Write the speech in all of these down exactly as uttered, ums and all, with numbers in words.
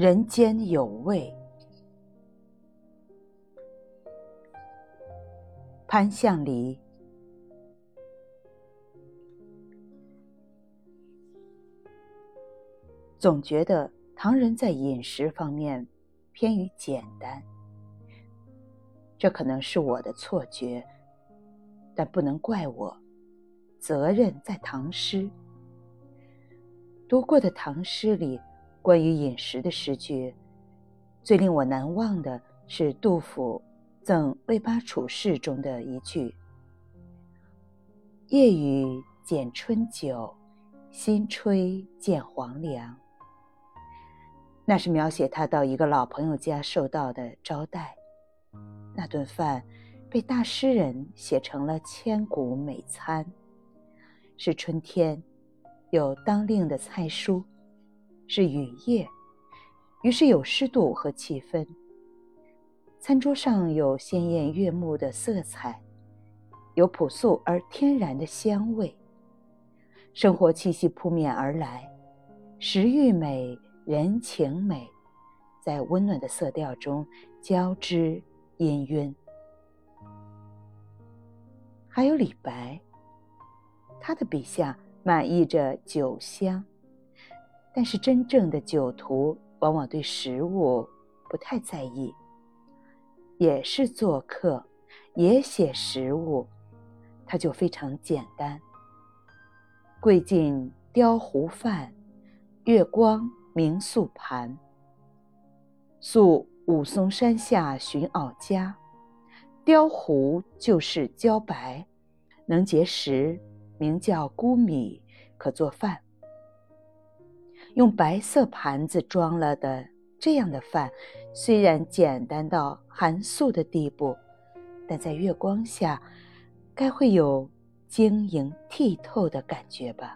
人间有味。潘向黎。总觉得唐人在饮食方面偏于简单，这可能是我的错觉，但不能怪我，责任在唐诗。读过的唐诗里关于饮食的诗句，最令我难忘的是杜甫赠魏八处士中的一句：夜雨剪春酒，新炊见黄粱。那是描写他到一个老朋友家受到的招待，那顿饭被大诗人写成了千古美餐。是春天，有当令的菜蔬，是雨夜，于是有湿度和气氛。餐桌上有鲜艳悦目的色彩，有朴素而天然的香味，生活气息扑面而来，食欲美，人情美，在温暖的色调中交织氤氲。还有李白，他的笔下满溢着酒香，但是真正的酒徒往往对食物不太在意，也是做客，也写食物，他就非常简单。桂尽雕壶饭，月光明素盘。宿武松山下寻媪家，雕壶就是茭白，能结食，名叫孤米，可做饭。用白色盘子装了的这样的饭，虽然简单到含素的地步，但在月光下该会有晶莹剔透的感觉吧。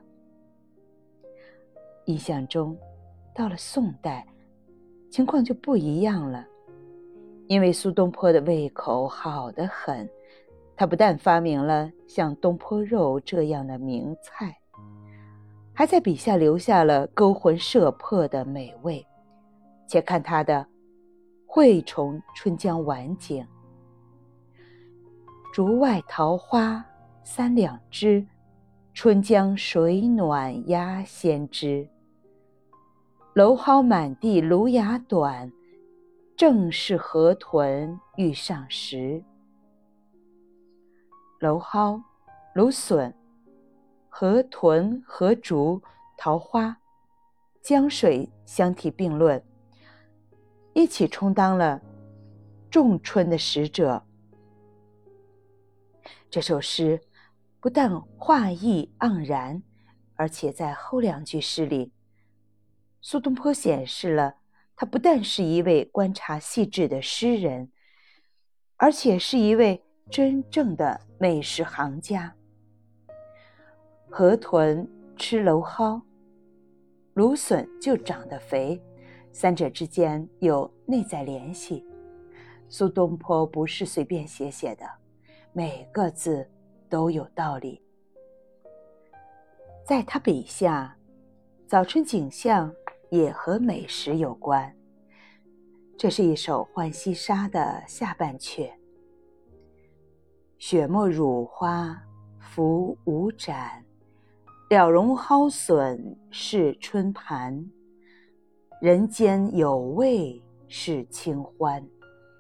印象中到了宋代情况就不一样了，因为苏东坡的胃口好得很，他不但发明了像东坡肉这样的名菜，还在笔下留下了勾魂摄魄的美味。且看他的惠崇春江晚景：竹外桃花三两枝，春江水暖鸭先知。蒌蒿满地芦芽短，正是河豚欲上时。蒌蒿、芦笋、河豚、河竹、桃花、江水相提并论，一起充当了仲春的使者。这首诗不但画意盎然，而且在后两句诗里，苏东坡显示了他不但是一位观察细致的诗人，而且是一位真正的美食行家。河豚吃蒌蒿，芦笋就长得肥，三者之间有内在联系。苏东坡不是随便写写的，每个字都有道理。在他笔下，早春景象也和美食有关。这是一首浣溪沙的下半阙：雪沫乳花浮五盏，了茸蒿笋是春盘，人间有味是清欢。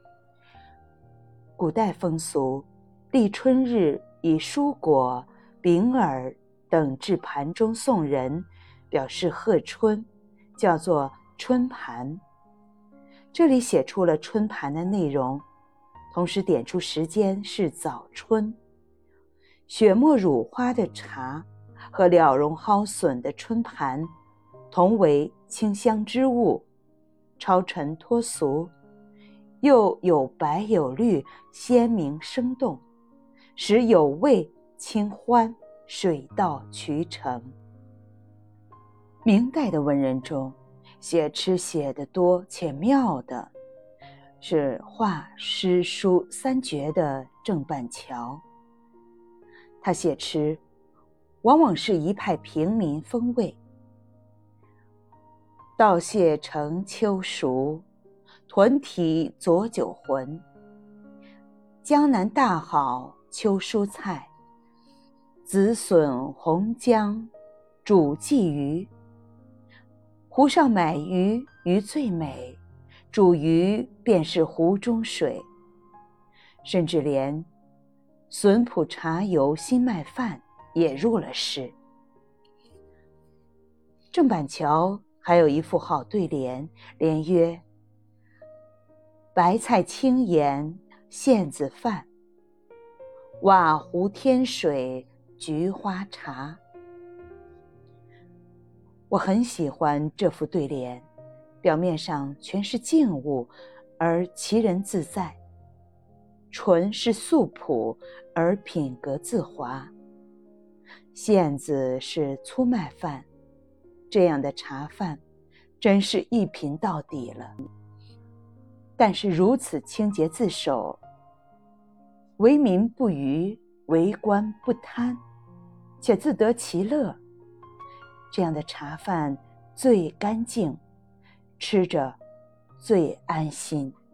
古代风俗，立春日以蔬果、饼饵等至盘中送人，表示贺春，叫做春盘。这里写出了春盘的内容，同时点出时间是早春。雪沫乳花的茶和了茸蒿笋的春盘同为清香之物，超尘脱俗，又有白有绿，鲜明生动，使有味清欢，水到渠成。明代的文人中，写吃写得多且妙的是画诗书三绝的郑板桥。他写吃往往是一派平民风味， 道谢成秋熟，屯体佐酒浑。江南大好秋蔬菜，紫笋红姜煮鲫鱼。湖上买鱼，鱼最美，煮鱼便是湖中水。甚至连笋脯茶油新麦饭也入了诗。郑板桥还有一副好对联，联曰：白菜青盐线子饭，瓦湖天水菊花茶。我很喜欢这副对联，表面上全是静物，而其人自在；纯是素朴，而品格自华；线子是粗麦饭，这样的茶饭真是一品到底了。但是如此清洁自守，为民不愚，为官不贪，且自得其乐，这样的茶饭最干净，吃着最安心。